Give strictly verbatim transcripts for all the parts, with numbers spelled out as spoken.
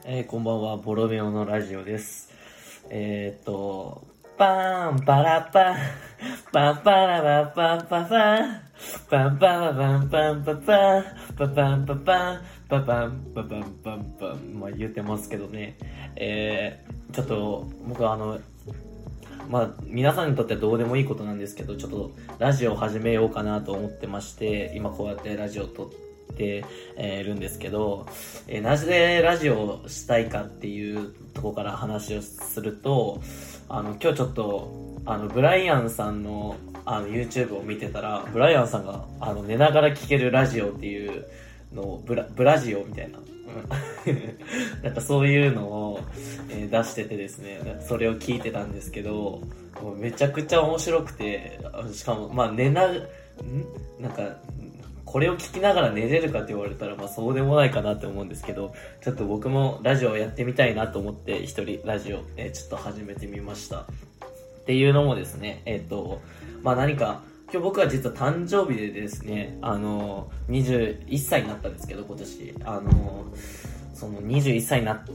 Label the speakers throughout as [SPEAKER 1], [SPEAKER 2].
[SPEAKER 1] えー、こんばんは、ボロメオのラジオです。えー、っと、パーンパラパン、パンパラパパンパパン、パンパラパンパンパパン、パパンパパン、パパンパパンパンパン、まあ言ってますけどね。えー、ちょっと、僕はあの、まあ皆さんにとってどうでもいいことなんですけど、ちょっとラジオを始めようかなと思ってまして、今こうやってラジオを撮って、て、えー、るんですけど、えー、なぜラジオをしたいかっていうところから話をすると、あの今日ちょっとあのブライアンさんのあの YouTube を見てたら、ブライアンさんがあの寝ながら聴けるラジオっていうのをブラブラジオみたいななんかそういうのを、えー、出しててですね、それを聞いてたんですけど、もうめちゃくちゃ面白くて、しかもまあ寝な、んなんかこれを聞きながら寝れるかって言われたら、まあそうでもないかなって思うんですけど、ちょっと僕もラジオをやってみたいなと思って一人ラジオ、えー、ちょっと始めてみました。っていうのもですね、えっと、まあ何か、今日僕は実は誕生日でですね、あの、にじゅういっさいになったんですけど、今年。あの、そのにじゅういっさいになって、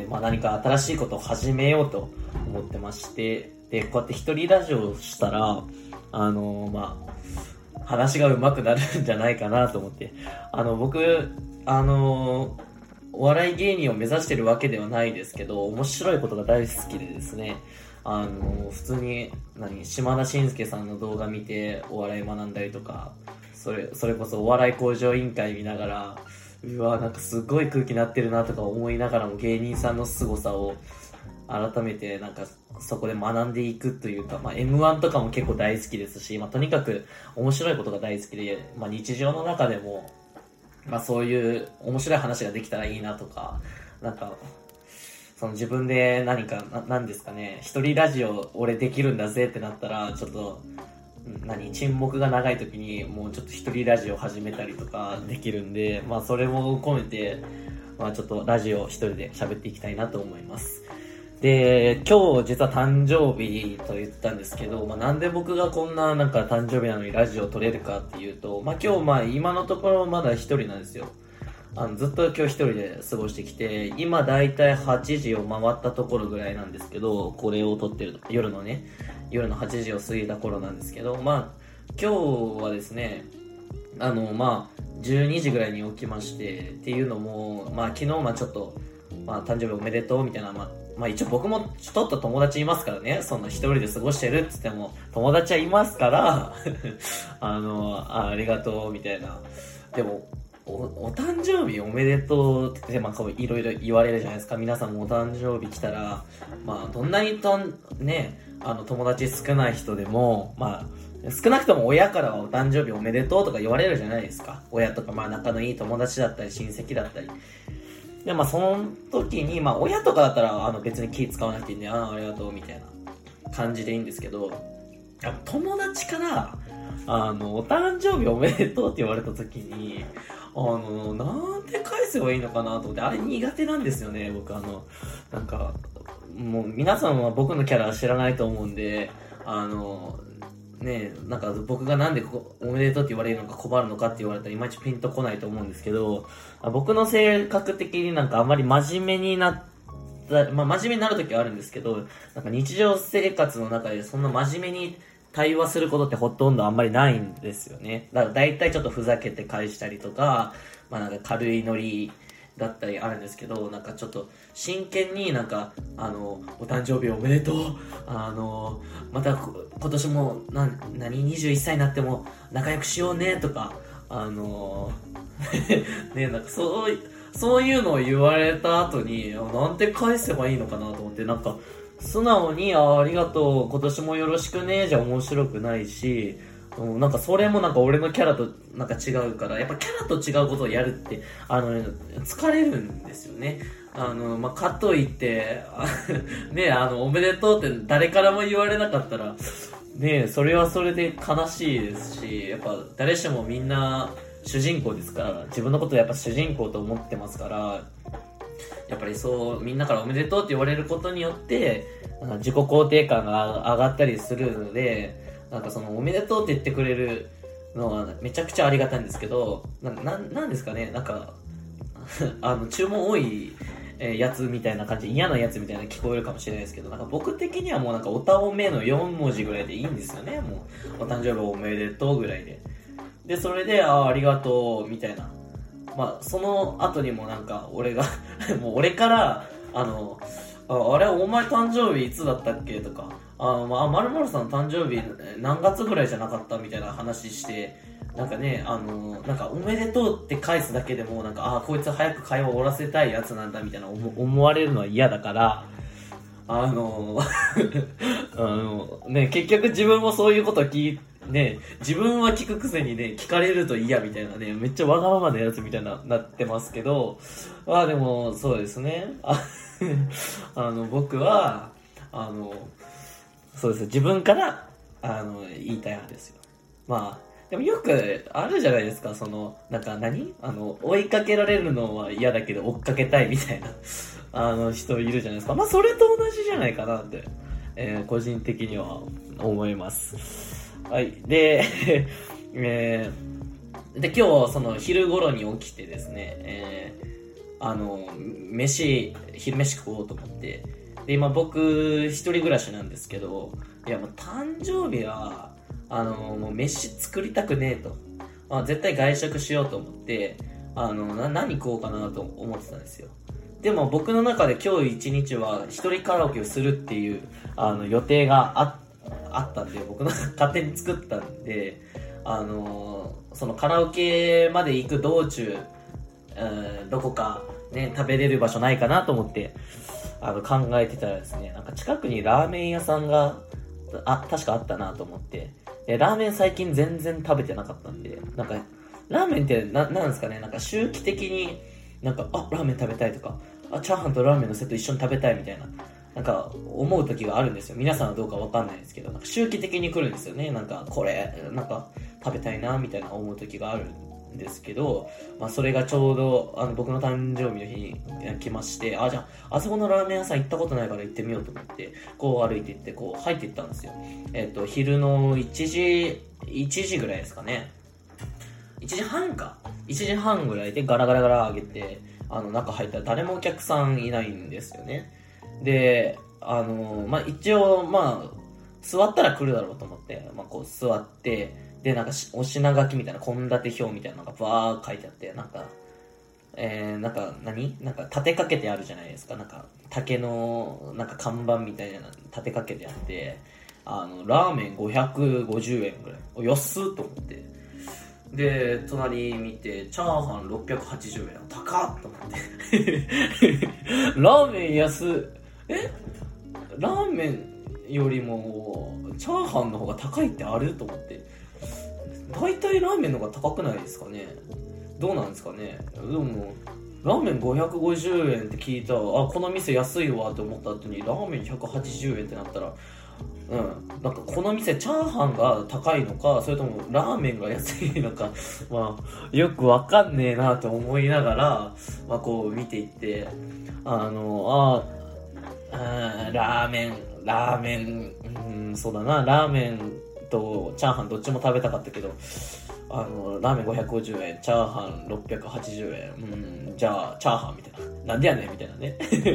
[SPEAKER 1] まあ何か新しいことを始めようと思ってまして、で、こうやって一人ラジオをしたら、あの、まあ、話が上手くなるんじゃないかなと思って。あの、僕、あの、お笑い芸人を目指してるわけではないですけど、面白いことが大好きでですね、あの、普通に、何、島田紳介さんの動画見てお笑い学んだりとか、それ、それこそお笑い向上委員会見ながら、うわ、なんかすごい空気になってるなとか思いながらも芸人さんの凄さを改めてなんかそこで学んでいくというか、まあ、エムワン とかも結構大好きですし、まあ、とにかく面白いことが大好きで、まあ、日常の中でも、まあ、そういう面白い話ができたらいいなとか、なんか、その自分で何か、な、なんですかね、一人ラジオ俺できるんだぜってなったら、ちょっと、何、沈黙が長い時にもうちょっと一人ラジオ始めたりとかできるんで、まあそれも込めて、まあちょっとラジオ一人で喋っていきたいなと思います。で、今日実は誕生日と言ったんですけど、まあ、なんで僕がこんななんか誕生日なのにラジオ撮れるかっていうと、まあ、今日まあ今のところまだ一人なんですよ。あのずっと今日一人で過ごしてきて、今だいたいはちじを回ったところぐらいなんですけど、これを撮ってる夜のね、夜のはちじを過ぎた頃なんですけど、まあ今日はですね、あのまあじゅうにじぐらいに起きまして、っていうのも、まあ昨日まあちょっと、まあ誕生日おめでとうみたいな、まあまあ一応僕もちょっと友達いますからね、その一人で過ごしてるって言っても友達はいますからあのあ、ありがとうみたいな。でもお、お誕生日おめでとうって、まあいろいろ言われるじゃないですか。皆さんもお誕生日来たら、まあどんなにとね、あの友達少ない人でも、まあ少なくとも親からはお誕生日おめでとうとか言われるじゃないですか。親とかまあ仲のいい友達だったり親戚だったり。で、まあ、その時に、まあ、親とかだったら、あの、別に気使わなくていいんで、ああ、ありがとう、みたいな感じでいいんですけど、友達から、あの、お誕生日おめでとうって言われた時に、あの、なんで返せばいいのかなと思って、あれ苦手なんですよね、僕、あの、なんか、もう、皆さんは僕のキャラ知らないと思うんで、あの、ねえ、なんか僕がなんでおめでとうって言われるのか困るのかって言われたらいまいちピンとこないと思うんですけど、僕の性格的になんかあんまり真面目になった、まあ真面目になるときはあるんですけど、なんか日常生活の中でそんな真面目に対話することってほとんどあんまりないんですよね。だから大体ちょっとふざけて返したりとか、まあなんか軽いノリだったりあるんですけど、なんかちょっと真剣になんかあのお誕生日おめでとう、あのまた今年もな何にじゅういっさいになっても仲良くしようねとか、あのね、なんかそうそういうのを言われた後になんて返せばいいのかなと思って、なんか素直に あ, ありがとう今年もよろしくねじゃ面白くないし、なんかそれもなんか俺のキャラとなんか違うから、やっぱキャラと違うことをやるってあの、ね、疲れるんですよね。あのまあ、かといってね、あのおめでとうって誰からも言われなかったらね、それはそれで悲しいですし、やっぱ誰しもみんな主人公ですから、自分のことをやっぱ主人公と思ってますから、やっぱりそうみんなからおめでとうって言われることによって自己肯定感が上がったりするので、なんかそのおめでとうって言ってくれるのはめちゃくちゃありがたいんですけど、な、な、なんですかね、なんかあの注文多いえー、やつみたいな感じ、嫌なやつみたいな聞こえるかもしれないですけど、なんか僕的にはもうなんかおたおめのよん文字ぐらいでいいんですよね。もうお誕生日おめでとうぐらいで。で、それで、ああ、ありがとうみたいな。まあ、その後にもなんか俺がもう俺からあのああれお前誕生日いつだったっけとか、あまあ、まるまるさん誕生日何月ぐらいじゃなかったみたいな話して、なんかね、あのなんかおめでとうって返すだけでもなんか、あこいつ早く会話を終わらせたいやつなんだみたいな思思われるのは嫌だから、あのあのね、結局自分もそういうこと聞いね、自分は聞くくせにね、聞かれると嫌みたいなね、めっちゃわがままなやつみたいななってますけど、まあでもそうですね、ああの僕はあのそうです自分からあの言いたい派ですよ。まあでもよくあるじゃないですか、そのなんか何あの追いかけられるのは嫌だけど追っかけたいみたいなあの人いるじゃないですか。まあそれと同じじゃないかなって、えー、個人的には思います。はい。で、えー、で、今日、その、昼頃に起きてですね、えー、あの、飯、昼飯食おうと思って、で、今僕、一人暮らしなんですけど、いや、もう誕生日は、あの、もう飯作りたくねえと。まあ、絶対外食しようと思って、あの、な、何食おうかなと思ってたんですよ。でも僕の中で今日一日は一人カラオケをするっていう、あの、予定があって、あったんで、僕の勝手に作ったんで、あのー、そのカラオケまで行く道中、うん、どこかね、食べれる場所ないかなと思って、あの、考えてたらですね、なんか近くにラーメン屋さんが、あ、確かあったなと思って、で、ラーメン最近全然食べてなかったんで、なんか、ラーメンってな、なんですかね、なんか周期的になんか、あ、ラーメン食べたいとか、あ、チャーハンとラーメンのセット一緒に食べたいみたいな、なんか思う時があるんですよ。皆さんはどうかわかんないですけど、なんか周期的に来るんですよね。なんかこれなんか食べたいなみたいな思う時があるんですけど、まあそれがちょうどあの僕の誕生日の日に来まして、あじゃああそこのラーメン屋さん行ったことないから行ってみようと思ってこう歩いて行ってこう入っていったんですよ。えっと昼のいちじいちじぐらいですかね。いちじはんかいちじはんぐらいでガラガラガラ上げて、あの中入ったら誰もお客さんいないんですよね。で、あのー、まあ、一応、まあ、座ったら来るだろうと思って、まあ、こう座って、で、なんかお品書きみたいな、献立表みたいなのがバー書いてあって、なんか、えー、なんか何なんか立てかけてあるじゃないですか。なんか、竹の、なんか看板みたいなの立てかけてあって、あの、ラーメンごひゃくごじゅうえんぐらい。お、安っと思って。で、隣見て、チャーハンろっぴゃくはちじゅうえん。高っと思って。ラーメン安っ。えラーメンよりもチャーハンの方が高いってあると思って、大体ラーメンの方が高くないですかね。どうなんですかね。でもラーメンごひゃくごじゅうえんって聞いたら、あこの店安いわって思った後にラーメンひゃくはちじゅうえんってなったら、うんなんかこの店チャーハンが高いのかそれともラーメンが安いのかまあよくわかんねえなと思いながら、まあこう見ていって、あのああラーメン、ラーメン、うん、そうだな、ラーメンとチャーハンどっちも食べたかったけど、あの、ラーメンごひゃくごじゅうえん、チャーハンろっぴゃくはちじゅうえん、うん、じゃあ、チャーハンみたいな。なんでやねんみたいなね。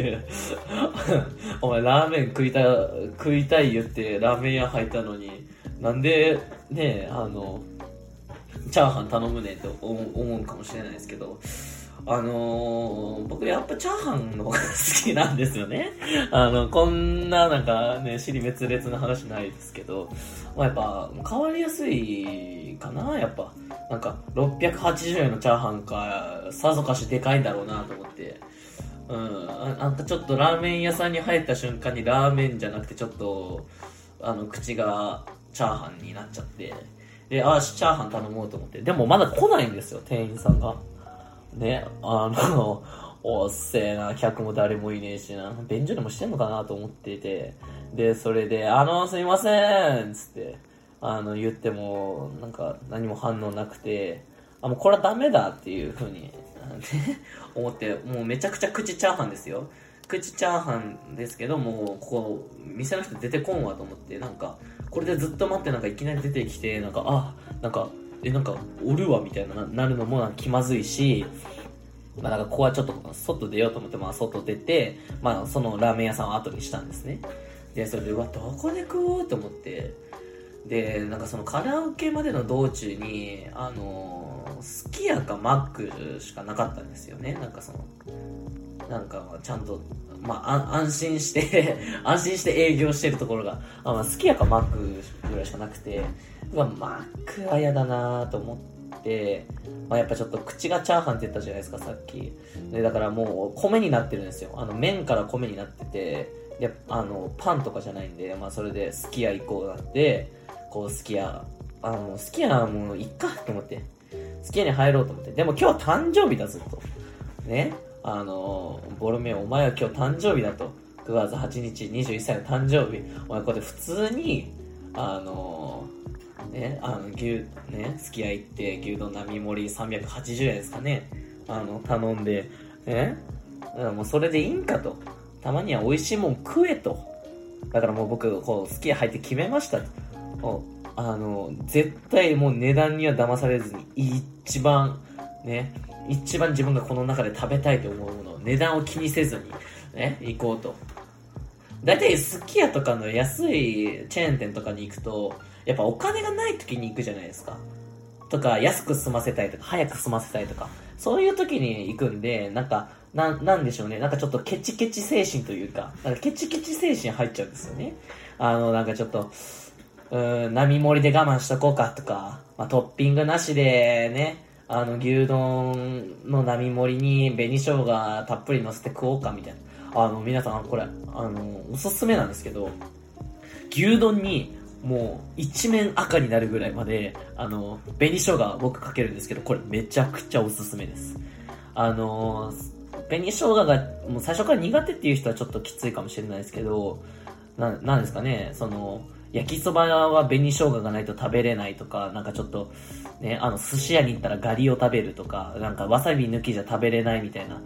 [SPEAKER 1] お前、ラーメン食いたい、食いたい言ってラーメン屋入ったのに、なんで、ね、あの、チャーハン頼むねんって思うかもしれないですけど、あのー、僕やっぱチャーハンの方が好きなんですよね。あの、こんななんかね、尻滅裂な話ないですけど、まあ、やっぱ変わりやすいかな、やっぱ。なんかろっぴゃくはちじゅうえんのチャーハンか、さぞかしでかいんだろうなと思って。うん、あなんかちょっとラーメン屋さんに入った瞬間にラーメンじゃなくてちょっと、あの、口がチャーハンになっちゃって。で、あ、チャーハン頼もうと思って。でもまだ来ないんですよ、店員さんが。ね、あの、おっせえな、客も誰もいねえしな、便所でもしてんのかなと思っていて、で、それで、あの、すいませんつって、あの、言っても、なんか、何も反応なくて、あ、もうこれはダメだっていう風に、思って、もうめちゃくちゃ口チャーハンですよ。口チャーハンですけども、ここ、店の人出てこんわと思って、なんか、これでずっと待って、なんかいきなり出てきて、なんか、あ、なんか、え、なんか、おるわみたいななるのもなんか気まずいし、 まあだからここはちょっと外出ようと思って、まあ外出て、まあそのラーメン屋さんを後にしたんですね。で、それで、うわ、どこで食おうと思って、で、なんかそのカラオケまでの道中に、あのー、すき家かマックしかなかったんですよね。なんかその、なんかちゃんと、まあ、安心して安心して営業してるところが、あ、まあ、すき家かマックぐらいしかなくて、うわ、マックは嫌だなと思って、まあ、やっぱちょっと口がチャーハンって言ったじゃないですか、さっき。で、だからもう米になってるんですよ。あの、麺から米になってて、で、あの、パンとかじゃないんで、まあ、それですき家行こうなって、こう、すき家、あの、すき家はもういっかと思って、すき家に入ろうと思って。でも今日は誕生日だぞと。ね。あの、ボルメオ、お前は今日誕生日だと。くがつはちにち、にじゅういっさいの誕生日。お前これ普通に、あの、ね、あの、牛、ね、すき家行って、牛丼並盛りさんびゃくはちじゅうえんですかね。あの、頼んで、ね。だからもうそれでいいんかと。たまには美味しいもん食えと。だからもう僕、こう、すき家入って決めましたと。あの、絶対もう値段には騙されずに、一番、ね、一番自分がこの中で食べたいと思うものを値段を気にせずに、ね、行こうと。だいたいすき家とかの安いチェーン店とかに行くと、やっぱお金がない時に行くじゃないですか。とか、安く済ませたいとか、早く済ませたいとか、そういう時に行くんで、なんか、な、なんでしょうね。なんかちょっとケチケチ精神というか、なんかケチケチ精神入っちゃうんですよね。あの、なんかちょっと、うーん、並盛りで我慢しとこうかとか、まあ、トッピングなしでね、あの、牛丼の並盛りに紅生姜たっぷり乗せて食おうかみたいな。あの、皆さん、これ、あの、おすすめなんですけど、牛丼にもう一面赤になるぐらいまで、あの、紅生姜僕かけるんですけど、これめちゃくちゃおすすめです。あの、紅生姜がもう最初から苦手っていう人はちょっときついかもしれないですけど、な、なんですかね、その、焼きそばは紅生姜がないと食べれないとか、なんかちょっと、ね、あの、寿司屋に行ったらガリを食べるとか、なんかわさび抜きじゃ食べれないみたいな、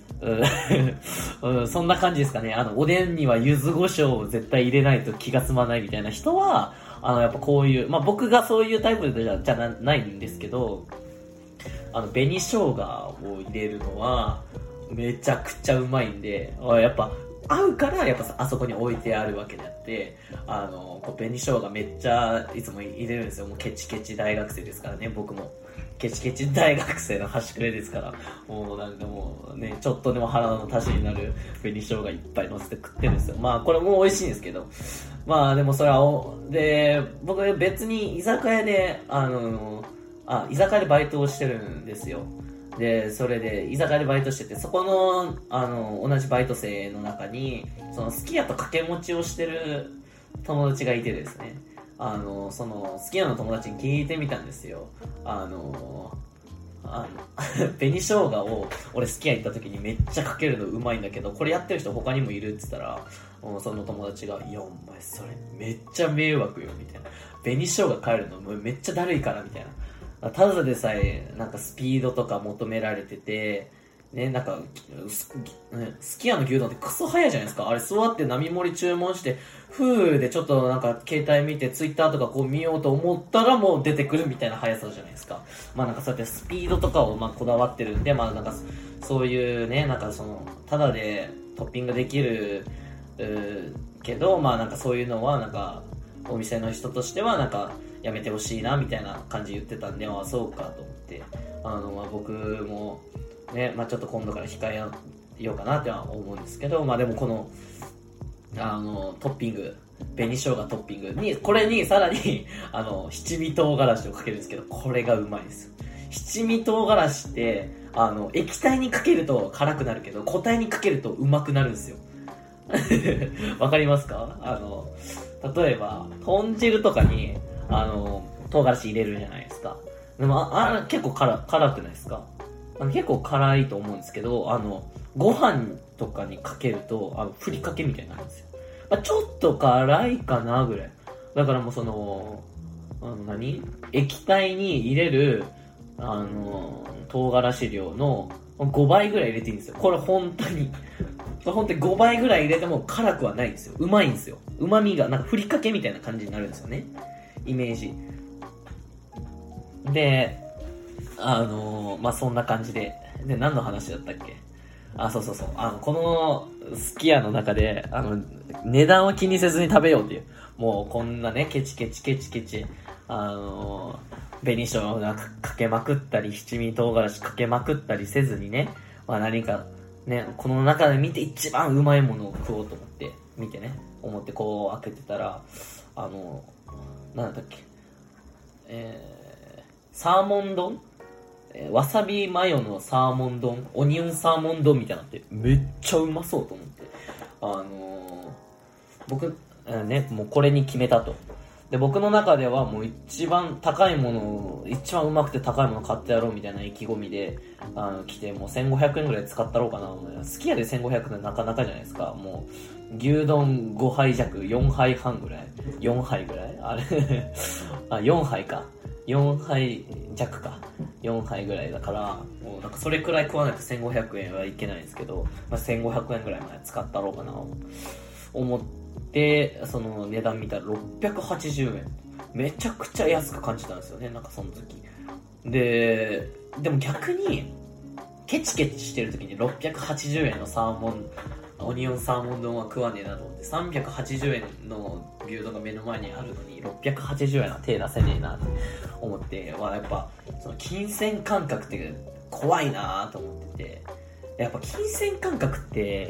[SPEAKER 1] うん、そんな感じですかね。あの、おでんには柚子胡椒を絶対入れないと気が済まないみたいな人は、あの、やっぱこういう、まあ、僕がそういうタイプじゃ、じゃな、ないんですけど、あの、紅生姜を入れるのは、めちゃくちゃうまいんで、やっぱ、合うからやっぱあそこに置いてあるわけであって、あの、こう紅生姜めっちゃいつも入れるんですよ。もうケチケチ大学生ですからね、僕も。ケチケチ大学生の端くれですから、もうなんかもうね、ちょっとでも腹の足しになる紅生姜いっぱい乗せて食ってるんですよ。まあこれも美味しいんですけど、まあでもそれはお、で、僕別に居酒屋で、あの、あ、居酒屋でバイトをしてるんですよ。で、それで、居酒屋でバイトしてて、そこの、あの、同じバイト生の中に、その、すき家と掛け持ちをしてる友達がいてですね、あの、その、すき家の友達に聞いてみたんですよ。あの、あの、紅生姜を、俺すき家行った時にめっちゃかけるのうまいんだけど、これやってる人他にもいるって言ったら、その友達が、いや、お前それめっちゃ迷惑よ、みたいな。紅生姜変えるのめっちゃだるいから、みたいな。ただでさえ、なんかスピードとか求められてて、ね、なんか、す、ね、すき家の牛丼ってクソ早いじゃないですか。あれ座って並盛り注文して、ふーでちょっとなんか携帯見てツイッターとかこう見ようと思ったらもう出てくるみたいな速さじゃないですか。まあなんかそうやってスピードとかをまあこだわってるんで、まあなんかそういうね、なんかその、ただでトッピングできる、けど、まあなんかそういうのはなんか、お店の人としてはなんか、やめてほしいなみたいな感じ言ってたんで、ああそうかと思って、あの、まあ、僕もね、まあ、ちょっと今度から控えようかなっては思うんですけど、まあでもこのあのトッピング、紅生姜トッピングに、これにさらにあの七味唐辛子をかけるんですけど、これがうまいです。七味唐辛子ってあの液体にかけると辛くなるけど、固体にかけるとうまくなるんですよ。わかりますか？あの例えば豚汁とかにあの、唐辛子入れるじゃないですか。でも、あ、あ結構辛、辛くないですか？あの結構辛いと思うんですけど、あの、ご飯とかにかけると、あの、ふりかけみたいになるんですよ。まあ、ちょっと辛いかなぐらい。だからもうその、あの何？液体に入れる、あの、唐辛子量のごばいぐらい入れていいんですよ。これ本当に。本当にごばいぐらい入れても辛くはないんですよ。うまいんですよ。旨味が、なんかふりかけみたいな感じになるんですよね。イメージで、あのー、まあ、そんな感じで、 で、何の話だったっけ？あ、そうそうそう。あの、この、すき家の中で、あの、値段を気にせずに食べようっていう。もう、こんなね、ケチケチケチケチ、あの、紅生姜がかけまくったり、七味唐辛子かけまくったりせずにね、まあ何か、ね、この中で見て一番うまいものを食おうと思って、見てね、思ってこう開けてたら、あの、なんだっけ、えー、サーモン丼、えー、わさびマヨのサーモン丼、オニオンサーモン丼みたいなのってめっちゃうまそうと思って、あのー、僕、えー、ね、もうこれに決めたと。で、僕の中ではもう一番高いものを、一番うまくて高いもの買ってやろうみたいな意気込みで、あの、来て、もうせんごひゃくえんぐらい使ったろうかな。すき家でせんごひゃくえんなかなかじゃないですか。もう、牛丼ごはい弱、よんはいはんぐらい ?よん 杯ぐらいあれあ、よんはいか。よんはい弱か。よんはいぐらいだから、もうなんかそれくらい食わないとせんごひゃくえんはいけないんですけど、まあ、せんごひゃくえんぐらいまで使ったろうかな。思って、で、その値段見たらろっぴゃくはちじゅうえん。めちゃくちゃ安く感じたんですよね、なんかその時。で、でも逆に、ケチケチしてる時にろっぴゃくはちじゅうえんのサーモン、オニオンサーモン丼は食わねえなと思って、さんびゃくはちじゅうえんの牛丼が目の前にあるのに、ろっぴゃくはちじゅうえんは手出せねえなって思って、まあやっぱ、その金銭感覚って怖いなと思ってて、やっぱ金銭感覚って、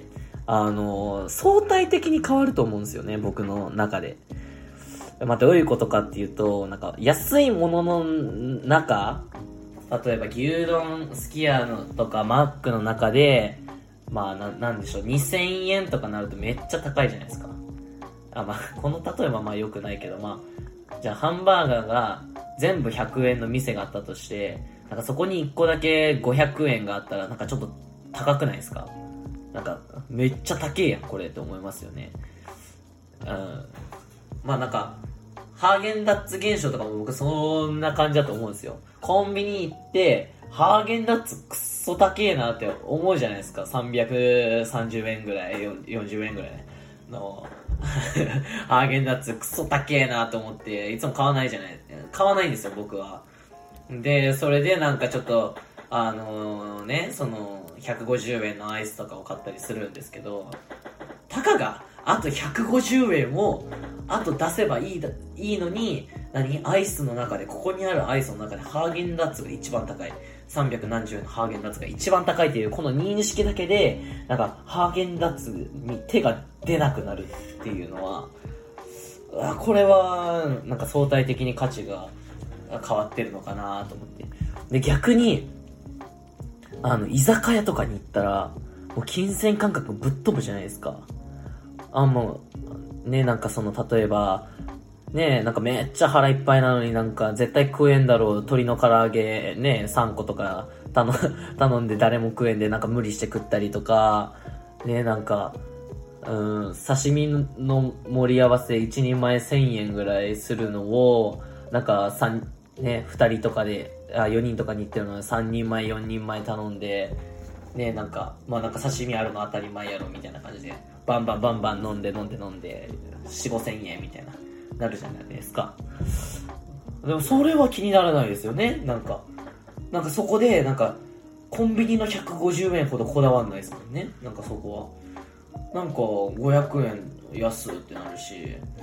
[SPEAKER 1] あの、相対的に変わると思うんですよね、僕の中で。まあ、どういうことかっていうと、なんか、安いものの中、例えば牛丼、すき家のとかマックの中で、まあな、なんでしょう、にせんえんとかなるとめっちゃ高いじゃないですか。あ、まあ、この例えばまあ良くないけど、まあ、じゃあハンバーガーが全部ひゃくえんの店があったとして、なんかそこにいっこだけごひゃくえんがあったら、なんかちょっと高くないですか？なんか、めっちゃ高えやん、これって思いますよね。うん。まあなんか、ハーゲンダッツ現象とかも僕そんな感じだと思うんですよ。コンビニ行って、ハーゲンダッツくっそ高えなって思うじゃないですか。さんびゃくさんじゅうえんぐらい、よんじゅうえんぐらいの、ハーゲンダッツくっそ高えなと思って、いつも買わないじゃない。買わないんですよ、僕は。で、それでなんかちょっと、あのー、ね、その、ひゃくごじゅうえんのアイスとかを買ったりするんですけど、たかがあとひゃくごじゅうえんをあと出せばいいだいいのに、何アイスの中で、ここにあるアイスの中でハーゲンダッツが一番高い、さんびゃくなんじゅうえんのハーゲンダッツが一番高いっていうこの認識だけで、なんかハーゲンダッツに手が出なくなるっていうのは、あ、これはなんか相対的に価値が変わってるのかなと思って。で、逆にあの、居酒屋とかに行ったら、もう金銭感覚ぶっ飛ぶじゃないですか。あ、もう、ね、なんかその、例えば、ね、なんかめっちゃ腹いっぱいなのになんか絶対食えんだろう、鶏の唐揚げね、さんことか頼頼んで誰も食えんでなんか無理して食ったりとか、ね、なんか、うん、刺身の盛り合わせいちにんまえせんえんぐらいするのを、なんか三ね、ふたりとかで、あ、よにんとかに行ってるのでさんにんまえよにんまえ頼んで、ね、なんか、まあなんか刺身あるの当たり前やろみたいな感じで、バンバンバンバン飲んで飲んで飲んで、よん、ごせんえんみたいな、なるじゃないですか。でもそれは気にならないですよね、なんか。なんかそこで、なんか、コンビニのひゃくごじゅうえんほどこだわんないですもんね、なんかそこは。なんか、ごひゃくえん安ってなるし、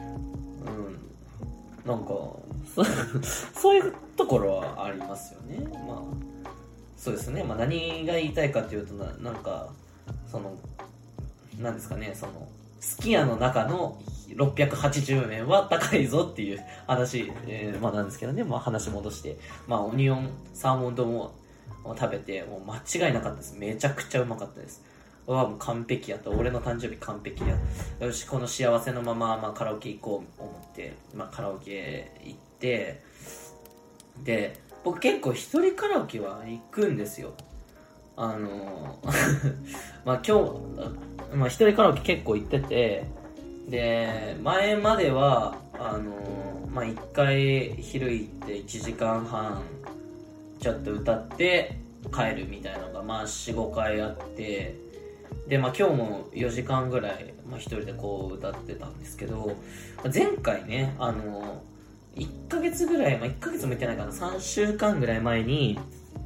[SPEAKER 1] うん、なんか、そそういうところはありますよね。まあ、そうですね。まあ何が言いたいかというと、な、なんか、その、なんですかね、その、すき家の中のろっぴゃくはちじゅうえんは高いぞっていう話、えー、まあなんですけどね、まあ話戻して、まあオニオンサーモン丼を食べて、もう間違いなかったです。めちゃくちゃうまかったです。うわ、もう完璧やと。俺の誕生日完璧や。よし、この幸せのまま、まあカラオケ行こう思って、まあカラオケ行って、で、僕結構一人カラオケは行くんですよ。あのまあ今日、まあ一人カラオケ結構行ってて、で、前までは、あのまあ一回昼行っていちじかんはんちょっと歌って帰るみたいなのがまあよん、ごかいあって、で、まあ今日もよじかんぐらい、まあ一人でこう歌ってたんですけど、前回ね、あのいっかげつぐらい、まあいっかげつも行ってないかな、さんしゅうかんぐらい前に、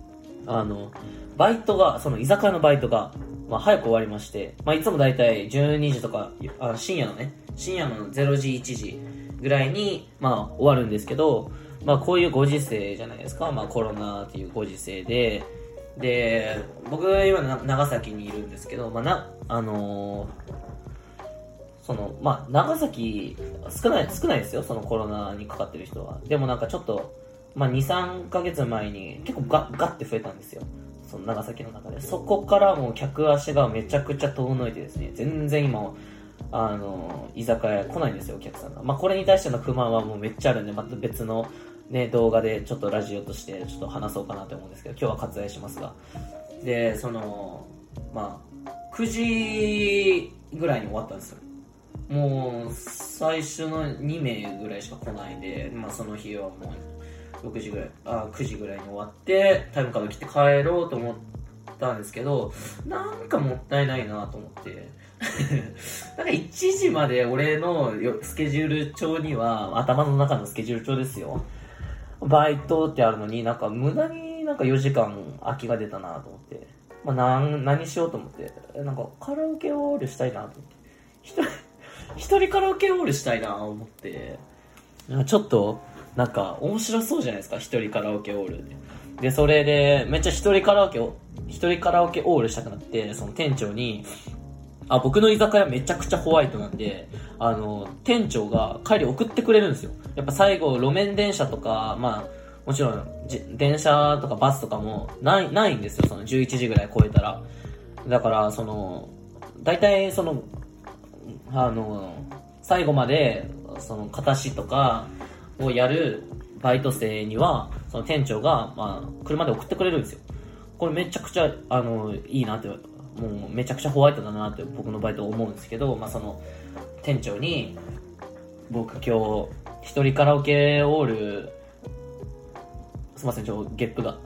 [SPEAKER 1] あの、バイトが、その居酒屋のバイトが、まあ早く終わりまして、まあいつもだいたいじゅうにじとか、あ深夜のね、深夜のれいじいちじぐらいに、まあ終わるんですけど、まあこういうご時世じゃないですか。まあコロナっていうご時世で、で、僕は今長崎にいるんですけど、まあな、あのー、その、まあ長崎、少ない、少ないですよ。そのコロナにかかってる人は。でもなんかちょっと、まあに、さんかげつまえに結構ガッ、ガッて増えたんですよ。その長崎の中で。そこからもう客足がめちゃくちゃ遠のいてですね、全然今、あの、居酒屋来ないんですよ、お客さんが。まあこれに対しての不満はもうめっちゃあるんで、また別のね、動画でちょっとラジオとしてちょっと話そうかなと思うんですけど、今日は割愛しますが。で、その、まあ、くじぐらいに終わったんですよ。もう、最初のにめいぐらいしか来ないんで、まあその日はもう、ろくじぐらい、あ、くじぐらいに終わって、タイムカード切って帰ろうと思ったんですけど、なんかもったいないなと思って。なんかいちじまで俺のスケジュール帳には、頭の中のスケジュール帳ですよ。バイトってあるのになんか無駄になんかよじかん空きが出たなと思って。まあなん、何しようと思って。なんかカラオケオールしたいなと思って。一人、一人カラオケオールしたいなと思って。ちょっと、なんか面白そうじゃないですか、一人カラオケオールで。で、それで、めっちゃ一人カラオケを、一人カラオケオールしたくなって、その店長に、あ、僕の居酒屋めちゃくちゃホワイトなんで、あの、店長が帰り送ってくれるんですよ。やっぱ最後、路面電車とか、まあ、もちろん、電車とかバスとかもない、ないんですよ、そのじゅういちじぐらい超えたら。だから、その、大体その、あの、最後まで、その、形とかをやるバイト生には、その店長が、まあ、車で送ってくれるんですよ。これめちゃくちゃ、あの、いいなって、もうめちゃくちゃホワイトだなって僕のバイト思うんですけど、まあその、店長に、僕今日、一人カラオケオール、すいません、ちょ、ゲップが。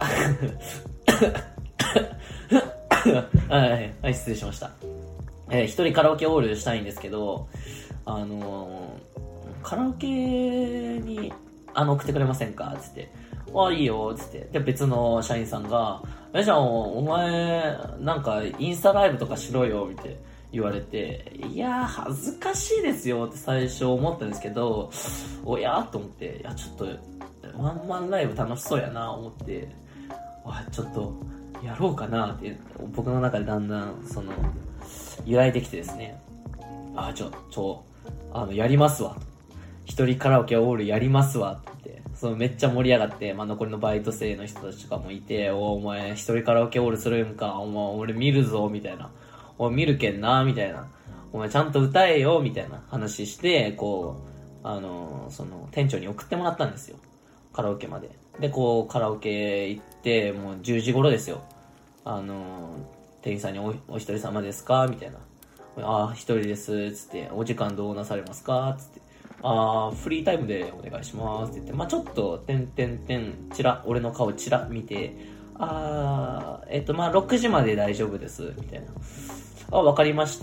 [SPEAKER 1] はい、はい、失礼しました。えー、一人カラオケオールしたいんですけど、あのー、カラオケに、あの、送ってくれませんかつって。あ、いいよ、つって。で、別の社員さんが、え、じゃあ、お前、なんか、インスタライブとかしろよ、って言われて、いやー、恥ずかしいですよ、って最初思ったんですけど、おやーと思って、いや、ちょっと、ワンマンライブ楽しそうやな、思って、わ、ちょっと、やろうかな、って、僕の中でだんだん、その、揺らいできてですね、あ、ちょ、ちょ、あの、やりますわ、一人カラオケオールやりますわ、って。そのめっちゃ盛り上がって、まあ、残りのバイト生の人たちとかもいて、お、お前一人カラオケオールするんか、お前俺見るぞ、みたいな。お見るけんな、みたいな。お前ちゃんと歌えよ、みたいな話して、こう、あの、その、店長に送ってもらったんですよ。カラオケまで。で、こう、カラオケ行って、もうじゅうじ頃ですよ。あの、店員さんにお、お一人様ですかみたいな。あ、一人です、つって、お時間どうなされますかつって。あー、フリータイムでお願いしますって言って、まあちょっと、てんてんてん、ちら、俺の顔ちら見て、あー、えっと、まあろくじまで大丈夫です、みたいな。あ、わかりました、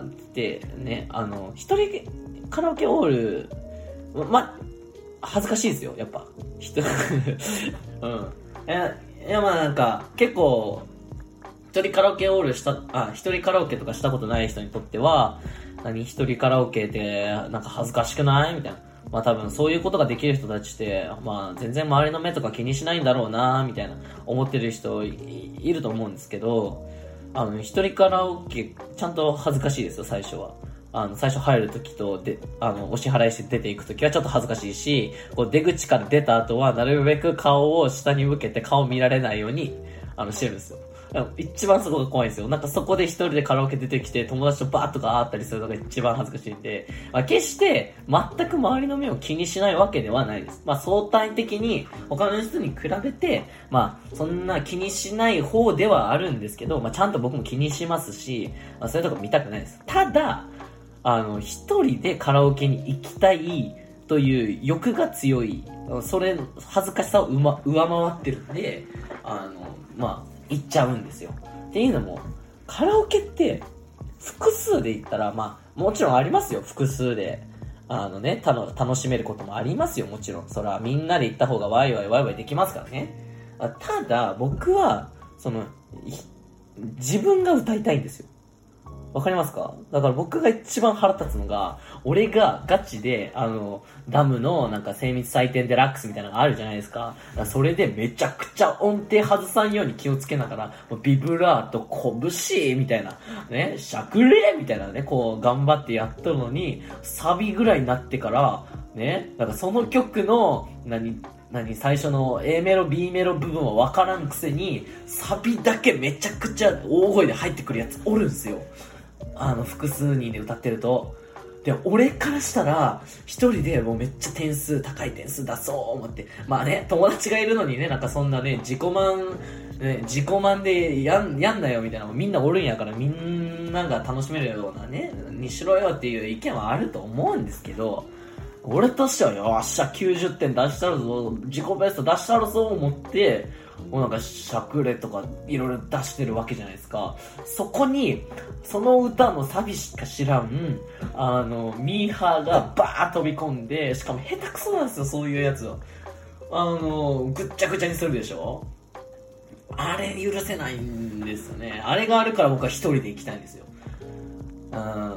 [SPEAKER 1] ってね、あの、一人カラオケオール、ま、恥ずかしいですよ、やっぱ。人、うん。いや、いやまあなんか、結構、一人カラオケオールした、あ、一人カラオケとかしたことない人にとっては、何一人カラオケってなんか恥ずかしくないみたいな。まあ多分そういうことができる人たちって、まあ全然周りの目とか気にしないんだろうなみたいな思ってる人 い, いると思うんですけど、あの一人カラオケちゃんと恥ずかしいですよ、最初は。あの最初入るときとで、あのお支払いして出ていくときはちょっと恥ずかしいし、こう出口から出た後はなるべく顔を下に向けて顔見られないようにあのしてるんですよ。一番そこが怖いんですよ。なんかそこで一人でカラオケ出てきて友達とバーッとか会ったりするのが一番恥ずかしいんで、まあ、決して全く周りの目を気にしないわけではないです。まあ相対的に他の人に比べて、まあそんな気にしない方ではあるんですけど、まあちゃんと僕も気にしますし、まあ、そういうとこ見たくないです。ただ、あの一人でカラオケに行きたいという欲が強い、それ、恥ずかしさを上回ってるんで、あの、まあ行っちゃうんですよ。っていうのも、カラオケって、複数で行ったら、まあ、もちろんありますよ、複数で。あのね、たの楽しめることもありますよ、もちろん。そら、みんなで行った方がワイワイワイワイできますからね。ただ、僕は、 その、自分が歌いたいんですよ。わかりますか？だから僕が一番腹立つのが、俺がガチで、あの、ダムのなんか精密採点デラックスみたいなのがあるじゃないですか。だからそれでめちゃくちゃ音程外さんように気をつけながら、もうビブラート、拳みたいな、ね、しゃくれみたいなね、こう頑張ってやっとるのに、サビぐらいになってから、ね、だからその曲の、何、何最初の A メロ B メロ部分は分からんくせにサビだけめちゃくちゃ大声で入ってくるやつおるんすよ。あの複数人で歌ってると。で俺からしたら一人でもうめっちゃ点数高い点数出そう思って、まあね友達がいるのにね、なんかそんなね自己満ね自己満でやんやんなよみたいなみんなおるんやから、みんなが楽しめるようなねにしろよっていう意見はあると思うんですけど、俺としてはよっしゃきゅうじゅってん出したるぞ、自己ベスト出したるぞ思ってもうなんかしゃくれとかいろいろ出してるわけじゃないですか。そこにその歌のサビしか知らんあのミーハーがバーッ飛び込んで、しかも下手くそなんですよそういうやつは。あのぐっちゃぐちゃにするでしょ。あれ許せないんですよね。あれがあるから僕は一人で行きたいんですよ。うん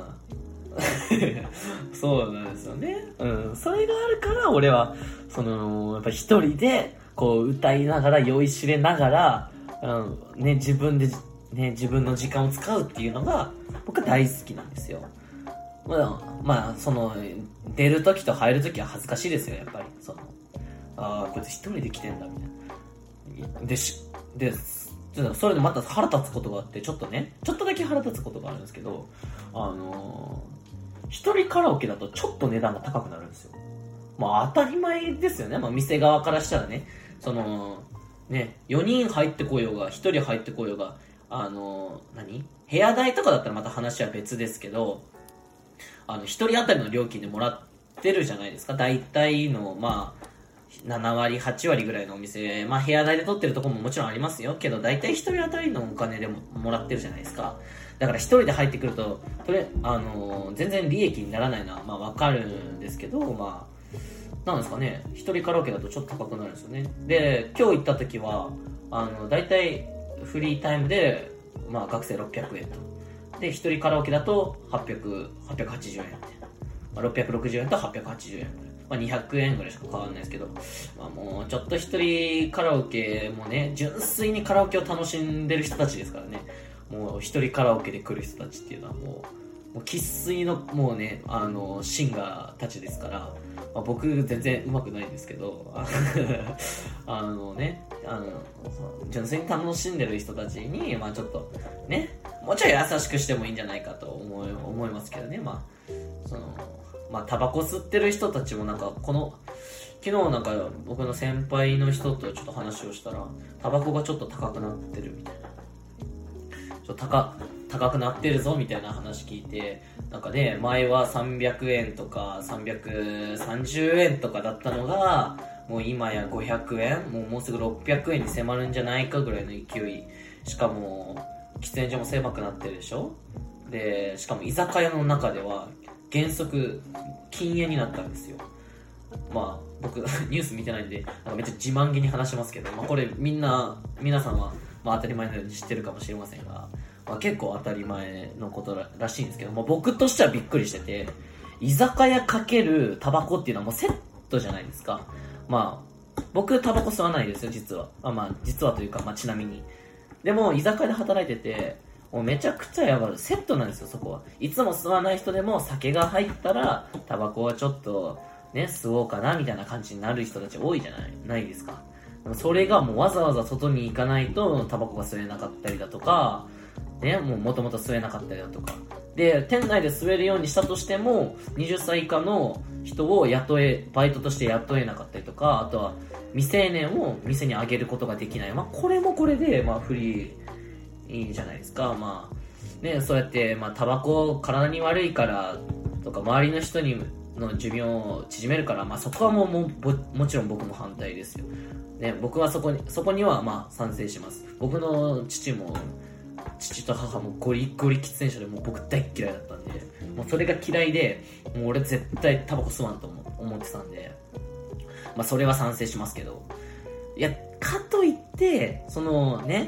[SPEAKER 1] そうなんですよね。うん。それがあるから俺は、その、やっぱ一人で、こう歌いながら、酔いしれながら、うん、ね、自分で、ね、自分の時間を使うっていうのが、僕は大好きなんですよ。まあ、まあ、その、出るときと入るときは恥ずかしいですよ、やっぱり。その、ああ、こいつ一人で来てんだ、みたいな。で、し、で、それでまた腹立つことがあって、ちょっとね、ちょっとだけ腹立つことがあるんですけど、あのー、一人カラオケだとちょっと値段が高くなるんですよ。まあ当たり前ですよね。まあ店側からしたらね、その、ね、よにん入ってこようが、ひとり入ってこようが、あのー、何？部屋代とかだったらまた話は別ですけど、あの、一人当たりの料金でもらってるじゃないですか。大体の、まあ、ななわりはちわりぐらいのお店、まあ部屋代で取ってるところももちろんありますよけど、大体一人当たりのお金でももらってるじゃないですか。だから一人で入ってくるととれ、あのー、全然利益にならないのはまあわかるんですけど、まあなんですかね、一人カラオケだとちょっと高くなるんですよね。で今日行った時はあの大体フリータイムで、まあ、学生ろっぴゃくえんと、で一人カラオケだとはっぴゃく、はっぴゃくはちじゅうえんみたいな、まあ、ろっぴゃくろくじゅうえんとはっぴゃくはちじゅうえん、まあ、にひゃくえんぐらいしか変わらないですけど、まあ、もうちょっと一人カラオケもね、純粋にカラオケを楽しんでる人たちですからね。もう一人カラオケで来る人たちっていうのはもう、もう生粋のもうね、あのシンガーたちですから、まあ、僕全然上手くないんですけどあのね、あの純粋に楽しんでる人たちに、まあちょっとね、もうちょい優しくしてもいいんじゃないかと思い、思いますけどね。まあそのまあタバコ吸ってる人たちもなんかこの昨日なんか僕の先輩の人とちょっと話をしたら、タバコがちょっと高くなってるみたいな、ちょっと高高くなってるぞみたいな話聞いて、なんかね、前はさんびゃくえんとかさんびゃくさんじゅうえんとかだったのが、もう今やごひゃくえん、もうもうすぐろっぴゃくえんに迫るんじゃないかぐらいの勢い。しかも喫煙所も狭くなってるでしょ。でしかも居酒屋の中では原則禁煙になったんですよ。まあ僕ニュース見てないんでなんかめっちゃ自慢げに話しますけど、まあ、これみんな皆さんはまあ当たり前のように知ってるかもしれませんが、まあ、結構当たり前のこと ら, らしいんですけど、まあ、僕としてはびっくりしてて、居酒屋かけるタバコっていうのはもうセットじゃないですか。まあ僕タバコ吸わないですよ実は。あまあ実はというか、まあちなみに。でも居酒屋で働いてて、もうめちゃくちゃやばいセットなんですよ。そこはいつも吸わない人でも酒が入ったらタバコはちょっとね吸おうかなみたいな感じになる人たち多いじゃないないですか。それがもうわざわざ外に行かないとタバコが吸えなかったりだとかね、もう元々吸えなかったりだとかで、店内で吸えるようにしたとしてもはたち以下の人を雇えバイトとして雇えなかったりとか、あとは未成年を店にあげることができない。まあこれもこれでまあフリーいいじゃないですか。まあね、そうやってまあタバコ体に悪いからとか周りの人にの寿命を縮めるから、まあそこはもう も, もちろん僕も反対ですよ。ね、僕はそこにそこにはまあ賛成します。僕の父も父と母もゴリゴリ喫煙者でもう僕大っ嫌いだったんで、もうそれが嫌いで、もう俺絶対タバコ吸わんと思ってたんで、まあそれは賛成しますけど、いやかといってそのね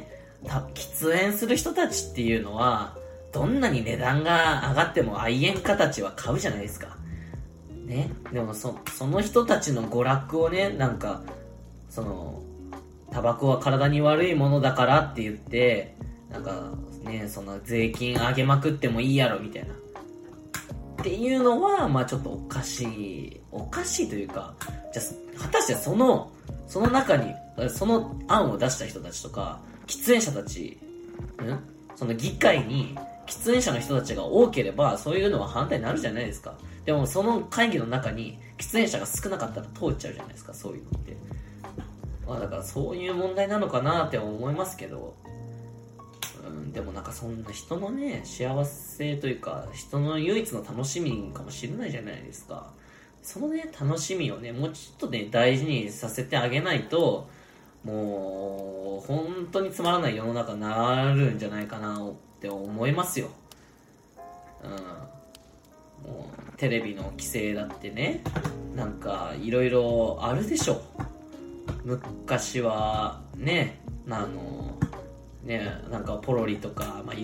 [SPEAKER 1] た喫煙する人たちっていうのはどんなに値段が上がっても愛煙家たちは買うじゃないですかね。でもそその人たちの娯楽をね、なんかそのタバコは体に悪いものだからって言ってなんかね、その税金上げまくってもいいやろみたいなっていうのはまあちょっとおかしいおかしいというか、じゃあ果たしてそのその中にその案を出した人たちとか喫煙者たち、んその議会に喫煙者の人たちが多ければそういうのは反対になるじゃないですか。でもその会議の中に喫煙者が少なかったら通っちゃうじゃないですか、そういうのって。まあだからそういう問題なのかなって思いますけど、うん、でもなんかそんな人のね幸せというか人の唯一の楽しみかもしれないじゃないですか。そのね楽しみをねもうちょっとね大事にさせてあげないともう本当につまらない世の中になるんじゃないかなって思いますよ。うん、もうテレビの規制だってねなんかいろいろあるでしょ。昔はねあのねなんかポロリとか、まあ、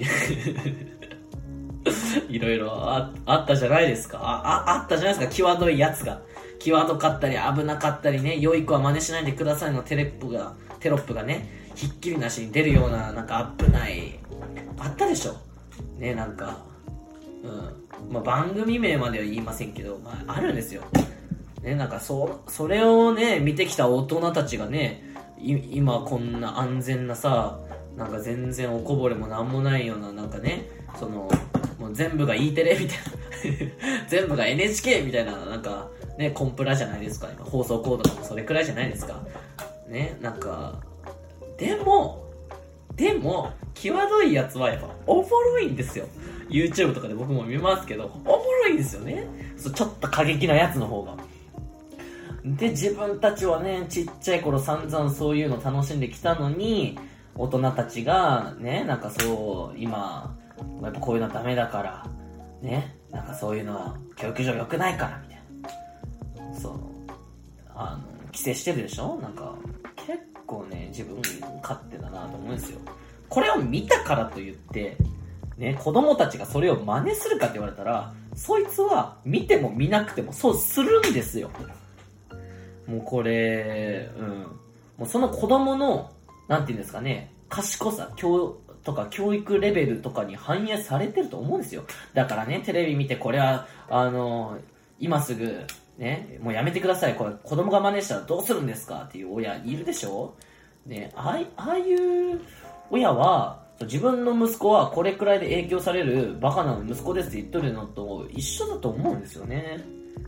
[SPEAKER 1] いろいろ あ, あったじゃないですか。あ, あ, あったじゃないですか。際どいやつが際どかったり危なかったりね、良い子は真似しないでくださいのテレップがテロップがねひっきりなしに出るようななんか危ないあったでしょね。なんかうんまあ番組名までは言いませんけど、まあ、あるんですよね。なんかそそれをね見てきた大人たちがね今こんな安全なさなんか全然おこぼれもなんもないようななんかねそのもう全部が E テレみたいな全部が エヌエイチケー みたいななんかねコンプラじゃないですか。今放送コードとかもそれくらいじゃないですかね。なんかでもでも際どいやつはやっぱおもろいんですよ。 YouTube とかで僕も見ますけどおもろいんですよね。そうちょっと過激なやつの方がで、自分たちはねちっちゃい頃散々そういうの楽しんできたのに大人たちがねなんかそう今やっぱこういうのはダメだからねなんかそういうのは教育上良くないからみたいなそうあの規制してるでしょ。なんか結構ね自分勝手だなと思うんですよ。これを見たからといってね子供たちがそれを真似するかって言われたらそいつは見ても見なくてもそうするんですよ。もうこれうんもうその子供のなんていうんですかね賢さ教とか教育レベルとかに反映されてると思うんですよ。だからねテレビ見てこれはあの今すぐねもうやめてくださいこれ子供が真似したらどうするんですかっていう親いるでしょね。ああ、ああいう親は自分の息子はこれくらいで影響されるバカな息子ですって言っとるのと一緒だと思うんですよね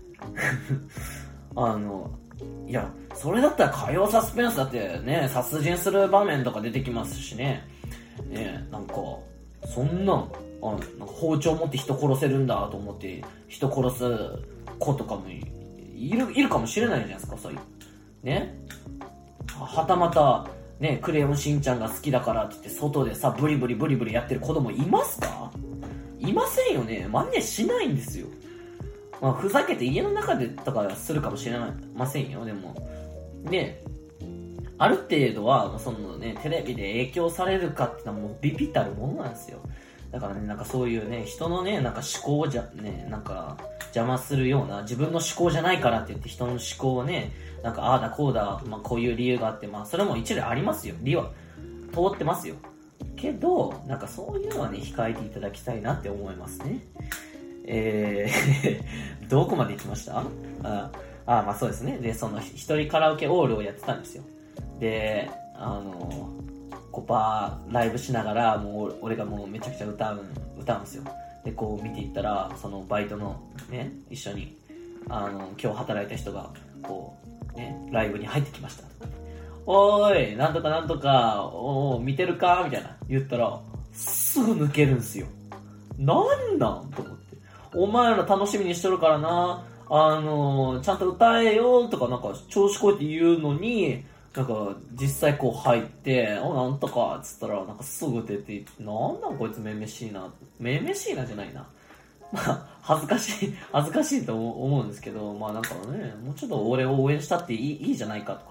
[SPEAKER 1] あのいやそれだったら火曜サスペンスだってね殺人する場面とか出てきますしねねなんかそんなんあなんか包丁持って人殺せるんだと思って人殺す子とかもいるいるかもしれないじゃないですか。そういうねはたまたねクレヨンしんちゃんが好きだからって言って外でさブリブリブリブリやってる子供いますか？いませんよね。真似しないんですよ。まあ、ふざけて家の中でとかするかもしれませんよ。でもねある程度はそのねテレビで影響されるかっていうのはもうビビたるものなんですよ。だからねなんかそういうね人のねなんか思考をじゃねなんか邪魔するような自分の思考じゃないからって言って人の思考をねなんかああだこうだ、まあ、こういう理由があってまあそれも一理ありますよ。理は通ってますよけどなんかそういうのはね控えていただきたいなって思いますね。えーどこまで行きました？ああまあそうですね。でその一人カラオケオールをやってたんですよ。であのこうバーライブしながらもう俺がもうめちゃくちゃ歌う歌うんですよ。でこう見ていったらそのバイトのね一緒にあの今日働いた人がこうねライブに入ってきました。おーいなんとかなんとかおー見てるかみたいな言ったらすぐ抜けるんすよ。なんなんと思って、お前ら楽しみにしとるからなあのちゃんと歌えよとかなんか調子こいて言うのになんか実際こう入っておなんとかっつったらなんかすぐ出ていってなんなんこいつめめしいなめめしいなじゃないなまあ恥ずかしい恥ずかしいと思うんですけどまあなんかねもうちょっと俺を応援したっていい、いいじゃないかとか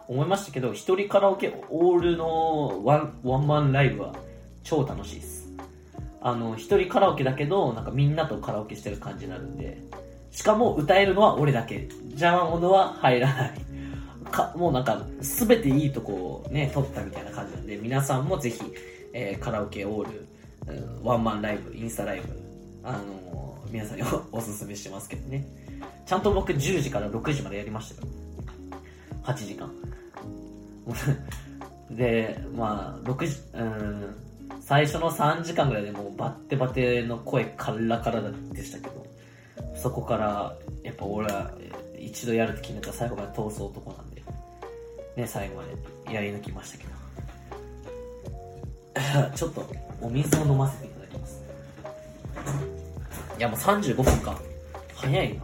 [SPEAKER 1] 思いましたけど、一人カラオケオールのワン、ワンマンライブは超楽しいです。あの、一人カラオケだけど、なんかみんなとカラオケしてる感じになるんで、しかも歌えるのは俺だけ。邪魔者は入らない。か、もうなんか、すべていいとこをね、撮ったみたいな感じなんで、皆さんもぜひ、えー、カラオケオール、うん、ワンマンライブ、インスタライブ、あのー、皆さんにおすすめしてますけどね。ちゃんと僕じゅうじからろくじまでやりましたよ。はちじかん。で、まあ、ろくじ、うん、最初のさんじかんぐらいでもうバッテバテの声カラカラでしたけど、そこからやっぱ俺は一度やると決めたら最後まで通す男なんでね、最後までやり抜きましたけどちょっとお水を飲ませていただきます。いやもうさんじゅうごふんか、早いな。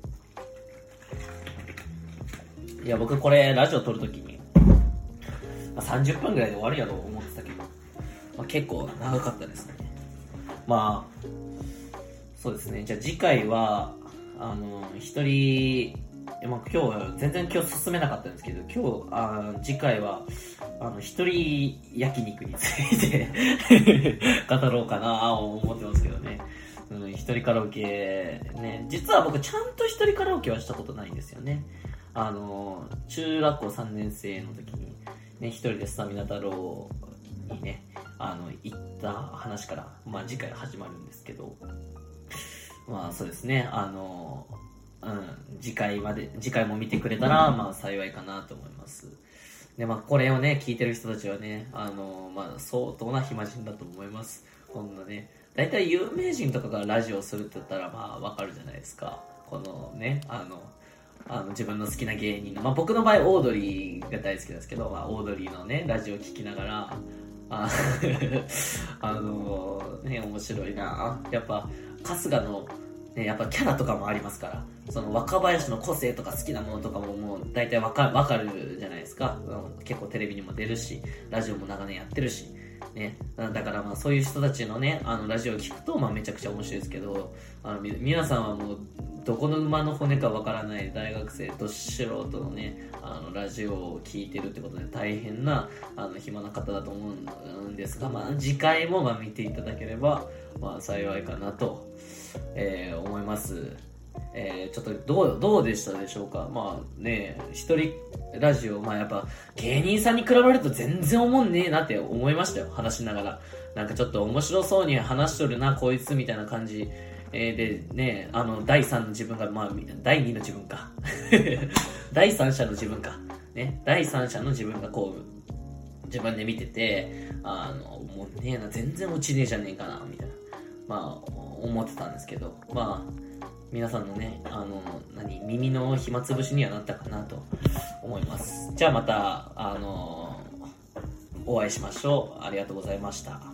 [SPEAKER 1] いや僕これラジオ撮るときに、まあ、さんじゅっぷんぐらいで終わるやろう思ってたけど、まあ、結構長かったですね。まあそうですね。じゃあ次回はあの一人、まあ、今日全然今日進めなかったんですけど、今日あ次回はあの一人焼肉について語ろうかなと思ってますけどね。うん、一人カラオケね、実は僕ちゃんと一人カラオケはしたことないんですよね。あの中学校さんねん生の時にね、一人でスタミナ太郎にね、あの行った話から、まあ、次回始まるんですけど、まあそうですね、あのうん次回まで次回も見てくれたらまあ幸いかなと思います。でまあこれをね聞いてる人たちはね、あのまあ相当な暇人だと思います。こんなね、だいたい有名人とかがラジオするって言ったらまあわかるじゃないですか。このね、あのあの自分の好きな芸人の、まあ僕の場合オードリーが大好きですけど、まあ、オードリーのねラジオ聞きながらああのね面白いな。やっぱ春日のね、やっぱキャラとかもありますから、その若林の個性とか好きなものとかももう大体わかわかるじゃないですか。結構テレビにも出るし、ラジオも長年やってるしね、だからまあそういう人たちのね、あのラジオを聞くとまあめちゃくちゃ面白いですけど、あの皆さんはもうどこの馬の骨かわからない大学生と素人のね、あのラジオを聞いてるってことで大変なあの暇な方だと思うんですが、まあ次回もまあ見ていただければまあ幸いかなと、えー、思います。えー、ちょっとどう、どうでしたでしょうか。まあね、一人ラジオ、まあやっぱ芸人さんに比べると全然おもんねえなって思いましたよ、話しながら。なんかちょっと面白そうに話しとるなこいつみたいな感じ、えー、でね、あのだいさんの自分が、まあだいにの自分かだいさん者の自分かね、だいさん者の自分がこう自分で見てて、あのもうねえな、全然落ちねえじゃねえかなみたいなまあ思ってたんですけど、まあ皆さんのね、あの何耳の暇つぶしにはなったかなと思います。じゃあまたあのお会いしましょう。ありがとうございました。